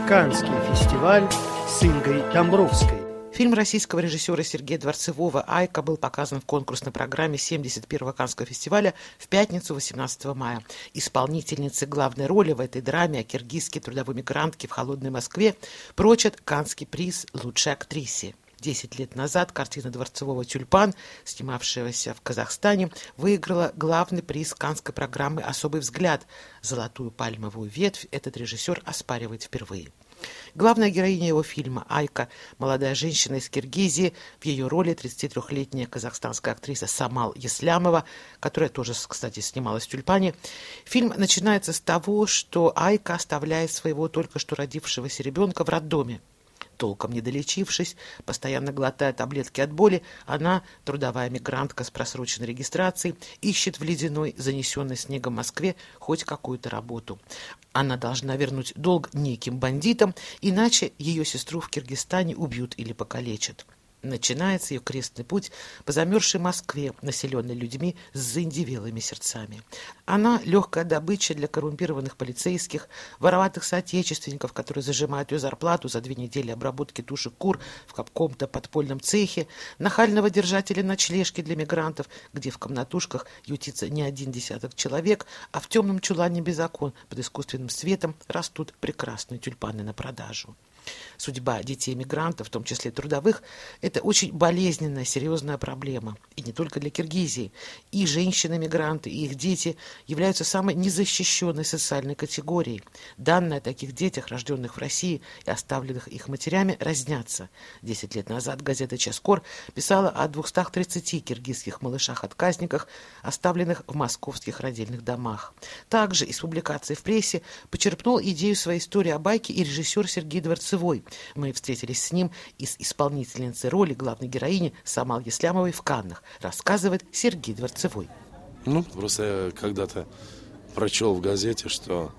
Каннский фестиваль с Ингой Домбровской. Фильм российского режиссера Сергея Дворцевого «Айка» был показан в конкурсной программе 71-го Каннского фестиваля в пятницу 18 мая. Исполнительницы главной роли в этой драме о киргизской трудовой мигрантке в холодной Москве прочат Каннский приз лучшей актрисе. 10 лет назад картина Дворцевого «Тюльпан», снимавшаяся в Казахстане, выиграла главный приз каннской программы «Особый взгляд». Золотую пальмовую ветвь этот режиссер оспаривает впервые. Главная героиня его фильма «Айка» – молодая женщина из Киргизии, в ее роли 33-летняя казахстанская актриса Самал Еслямова, которая тоже, кстати, снималась в «Тюльпане». Фильм начинается с того, что Айка оставляет своего только что родившегося ребенка в роддоме. Толком не долечившись, постоянно глотая таблетки от боли, она, трудовая мигрантка с просроченной регистрацией, ищет в ледяной, занесенной снегом Москве хоть какую-то работу. Она должна вернуть долг неким бандитам, иначе ее сестру в Киргизстане убьют или покалечат. Начинается ее крестный путь по замерзшей Москве, населенной людьми с заиндевелыми сердцами. Она – легкая добыча для коррумпированных полицейских, вороватых соотечественников, которые зажимают ее зарплату за 2 недели обработки тушек кур в каком-то подпольном цехе, нахального держателя ночлежки для мигрантов, где в комнатушках ютится не 10 человек, а в темном чулане без окон под искусственным светом растут прекрасные тюльпаны на продажу. Судьба детей-мигрантов, в том числе трудовых, это очень болезненная, серьезная проблема. И не только для Киргизии. И женщины-мигранты, и их дети являются самой незащищенной социальной категорией. Данные о таких детях, рожденных в России и оставленных их матерями, разнятся. 10 лет назад газета «Часкор» писала о 230 киргизских малышах-отказниках, оставленных в московских родильных домах. Также из публикаций в прессе почерпнул идею своей истории об Айке и режиссер Сергей Дворцевой. Мы встретились с ним и с исполнительницей роли главной героини Самал Еслямовой в Каннах, рассказывает Сергей Дворцевой. Просто я когда-то прочел в газете, что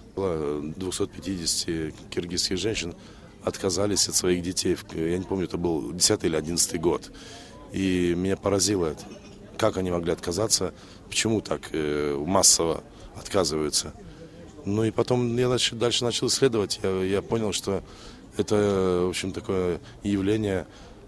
250 киргизских женщин отказались от своих детей. Я не помню, это был 10 или 11 год. И меня поразило это. Как они могли отказаться, почему так массово отказываются. И потом я дальше начал исследовать. Я понял, что это, в общем, такое явление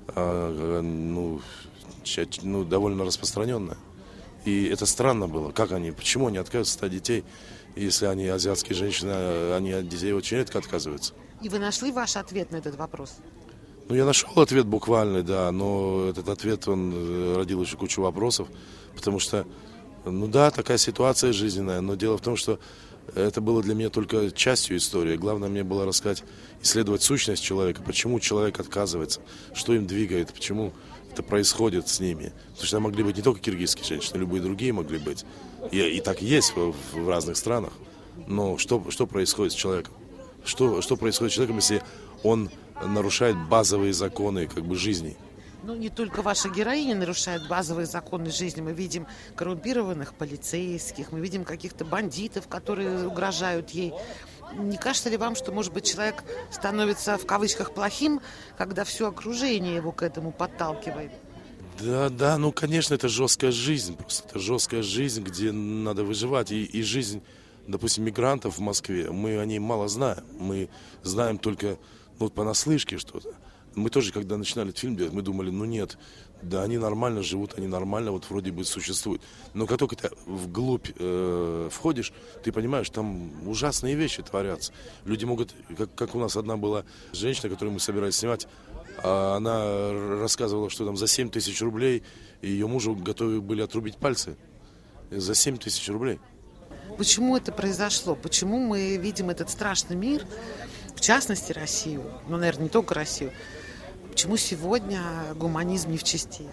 довольно распространенное. И это странно было. Почему они отказываются от детей, если они азиатские женщины, они от детей очень редко отказываются. И вы нашли ваш ответ на этот вопрос? Я нашел ответ буквально, да, но этот ответ, он родил еще кучу вопросов, потому что, такая ситуация жизненная, но дело в том, что это было для меня только частью истории. Главное мне было исследовать сущность человека, почему человек отказывается, что им двигает, почему это происходит с ними. Потому что могли быть не только киргизские женщины, любые другие могли быть. И так и есть в разных странах. Но что происходит с человеком? Что происходит с человеком, если он нарушает базовые законы жизни? Не только ваша героиня нарушает базовые законы жизни. Мы видим коррумпированных полицейских, мы видим каких-то бандитов, которые угрожают ей. Не кажется ли вам, что, может быть, человек становится в кавычках плохим, когда все окружение его к этому подталкивает? Да, конечно, это жесткая жизнь. Просто это жесткая жизнь, где надо выживать. И жизнь, допустим, мигрантов в Москве, мы о ней мало знаем. Мы знаем только понаслышке что-то. Мы тоже, когда начинали этот фильм делать, мы думали, нет, да, они нормально живут, они нормально вроде бы существуют. Но как только ты вглубь входишь, ты понимаешь, там ужасные вещи творятся. Люди могут, как у нас одна была женщина, которую мы собирались снимать, она рассказывала, что там за 7 тысяч рублей ее мужу готовы были отрубить пальцы. За 7 тысяч рублей. Почему это произошло? Почему мы видим этот страшный мир, в частности Россию, наверное, не только Россию? Почему сегодня гуманизм не в чести?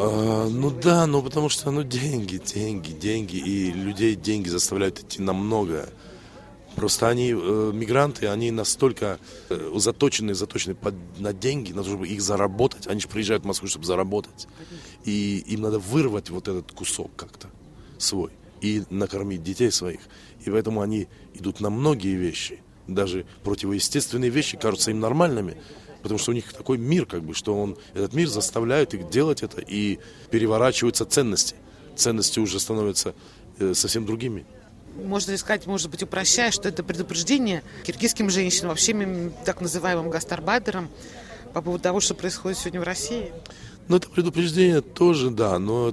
Потому что, деньги, и людей деньги заставляют идти на многое. Просто они, мигранты, они настолько заточены на деньги, на то, чтобы их заработать. Они же приезжают в Москву, чтобы заработать. И им надо вырвать этот кусок как-то свой и накормить детей своих. И поэтому они идут на многие вещи. Даже противоестественные вещи кажутся им нормальными. Потому что у них такой мир, что этот мир заставляет их делать это, и переворачиваются ценности. Ценности уже становятся совсем другими. можно сказать, может быть, упрощая, что это предупреждение киргизским женщинам, вообще так называемым гастарбайтерам по поводу того, что происходит сегодня в России? Ну, это предупреждение тоже, да, но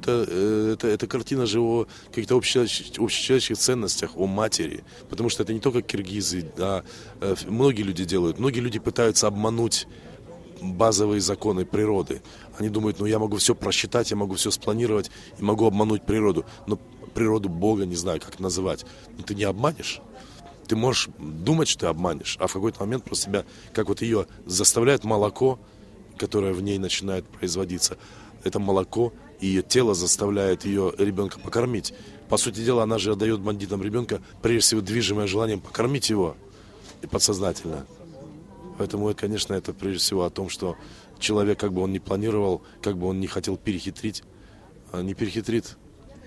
это картина же о каких-то общечеловеческих ценностях, о матери. Потому что это не только киргизы, а многие люди делают. Многие люди пытаются обмануть базовые законы природы. Они думают, я могу все просчитать, я могу все спланировать и могу обмануть природу. Но природу Бога, не знаю, как называть. Но ты не обманешь. Ты можешь думать, что ты обманешь, а в какой-то момент просто себя, как вот ее заставляет молоко, которое в ней начинает производиться. Это молоко, и ее тело заставляет ее ребенка покормить. По сути дела, она же отдает бандитам ребенка, прежде всего, движимое желанием покормить его, и подсознательно. Поэтому, конечно, это прежде всего о том, что человек, как бы он ни планировал, как бы он ни хотел перехитрить, не перехитрит.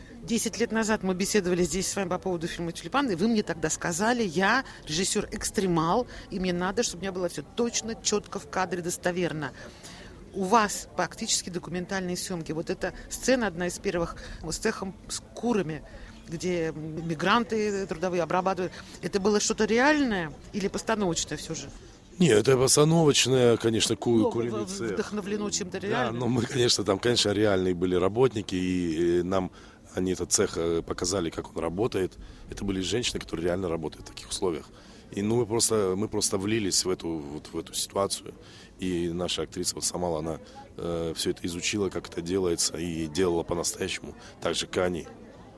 10 лет назад мы беседовали здесь с вами по поводу фильма «Тюльпан», и вы мне тогда сказали, я режиссер-экстремал, и мне надо, чтобы у меня было все точно, четко, в кадре, достоверно. У вас практически документальные съемки. Вот эта сцена, одна из первых, с цехом с курами, где мигранты трудовые обрабатывают. Это было что-то реальное или постановочное все же? Нет, это постановочное, конечно, куриный цех. Вдохновлено чем-то реальным. Да, но мы, конечно, там, конечно, реальные были работники, и нам они этот цех показали, как он работает. Это были женщины, которые реально работают в таких условиях. И мы просто влились в эту ситуацию. И наша актриса Самала, она все это изучила, как это делается, и делала по-настоящему, так же, как они.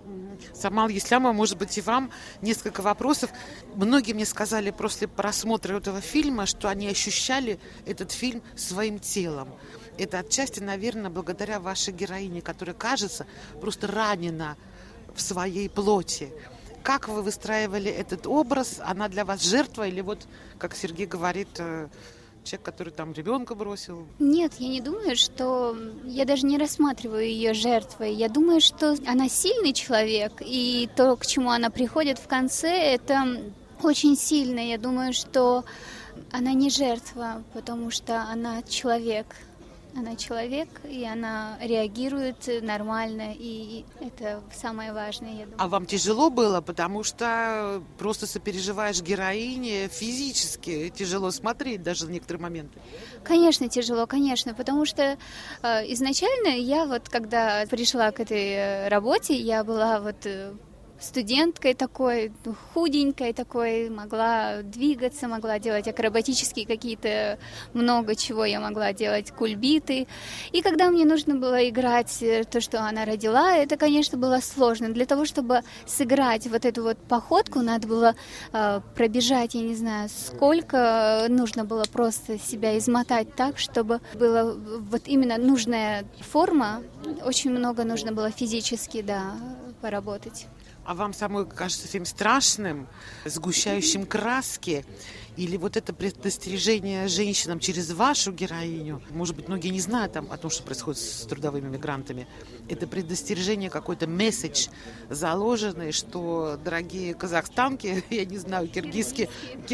Самал Еслямова, может быть, и вам несколько вопросов. Многие мне сказали после просмотра этого фильма, что они ощущали этот фильм своим телом. Это отчасти, наверное, благодаря вашей героине, которая, кажется, просто ранена в своей плоти. Как вы выстраивали этот образ? Она для вас жертва или вот, как Сергей говорит, человек, который там ребенка бросил? Нет, я не думаю, что... Я даже не рассматриваю ее жертвой. Я думаю, что она сильный человек, и то, к чему она приходит в конце, это очень сильно. Я думаю, что она не жертва, потому что она человек. Она человек, и она реагирует нормально, и это самое важное, я думаю. А вам тяжело было, потому что просто сопереживаешь героине, физически тяжело смотреть даже в некоторые моменты? Конечно, тяжело, конечно, потому что изначально я вот, когда пришла к этой работе, я была вот... студенткой такой, худенькой такой, могла двигаться, могла делать акробатические какие-то, много чего я могла делать, кульбиты. И когда мне нужно было играть то, что она родила, это, конечно, было сложно. Для того, чтобы сыграть вот эту вот походку, надо было пробежать, я не знаю, сколько, нужно было просто себя измотать так, чтобы была вот именно нужная форма, очень много нужно было физически, да, поработать. А вам самой кажется фильм страшным, сгущающим краски? Или вот это предостережение женщинам через вашу героиню? Может быть, многие не знают о том, что происходит с трудовыми мигрантами. Это предостережение, какой-то месседж заложенный, что, дорогие казахстанки, я не знаю, киргизки,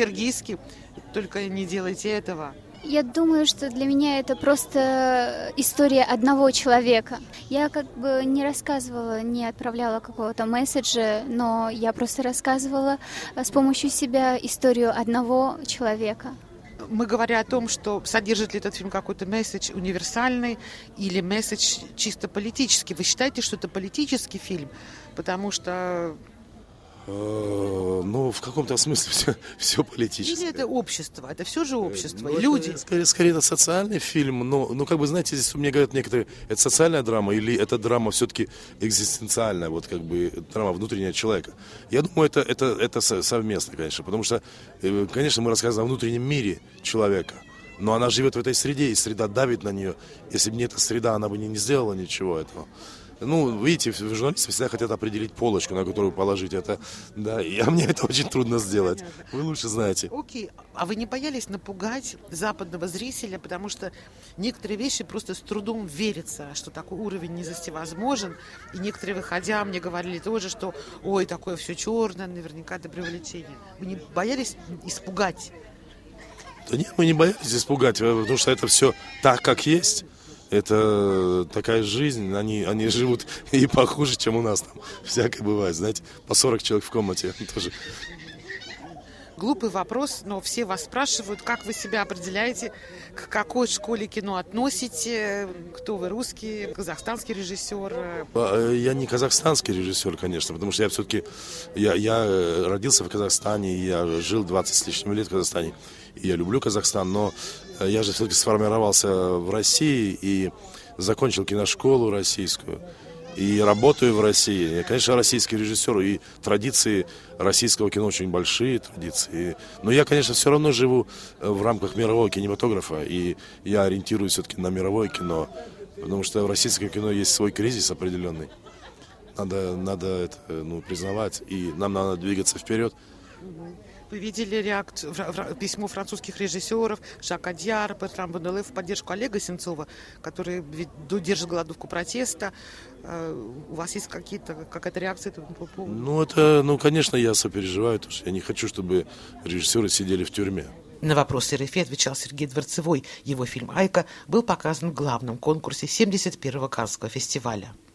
только не делайте этого. Я думаю, что для меня это просто история одного человека. Я как бы не рассказывала, не отправляла какого-то месседжа, но я просто рассказывала с помощью себя историю одного человека. Мы говорим о том, что содержит ли этот фильм какой-то месседж универсальный или месседж чисто политический. Вы считаете, что это политический фильм? Потому что... Ну, в каком-то смысле все политическое. Или это общество, это все же общество, и люди. Скорее, это социальный фильм, но как бы, знаете, здесь мне говорят некоторые, это социальная драма или это драма все-таки экзистенциальная, вот как бы драма внутреннего человека. Я думаю, это совместно, конечно, потому что, конечно, мы рассказываем о внутреннем мире человека, но она живет в этой среде, и среда давит на нее. Если бы не эта среда, она бы не сделала ничего этого. Ну, видите, журналисты всегда хотят определить полочку, на которую положить это. Да, и мне это очень трудно сделать. Вы лучше знаете. Окей. А вы не боялись напугать западного зрителя, потому что некоторые вещи просто с трудом верится, что такой уровень низости возможен. И некоторые, выходя, мне говорили тоже, что ой, такое все черное, наверняка это преувеличение. Вы не боялись испугать? Да нет, мы не боялись испугать, потому что это все так, как есть. Это такая жизнь, они живут и похуже, чем у нас там. Всякое бывает, знаете, по 40 человек в комнате тоже. Глупый вопрос, но все вас спрашивают, как вы себя определяете, к какой школе кино относите, кто вы, русский, казахстанский режиссер? Я не казахстанский режиссер, конечно, потому что я все-таки, я родился в Казахстане, я жил 20 с лишним лет в Казахстане, и я люблю Казахстан, но я же все-таки сформировался в России и закончил киношколу российскую. И работаю в России. Я, конечно, российский режиссер, и традиции российского кино очень большие традиции. Но я, конечно, все равно живу в рамках мирового кинематографа, и я ориентируюсь все-таки на мировое кино, потому что в российском кино есть свой кризис определенный. Надо это признавать, и нам надо двигаться вперед. Вы видели письмо французских режиссеров Жака Дьяра, Бертран Боннеле в поддержку Олега Сенцова, который держит голодовку протеста. У вас есть какая-то реакция по поводу? Конечно, я сопереживаю, потому что я не хочу, чтобы режиссеры сидели в тюрьме. На вопросы РФИ отвечал Сергей Дворцевой. Его фильм «Айка» был показан в главном конкурсе 71-го Каннского фестиваля.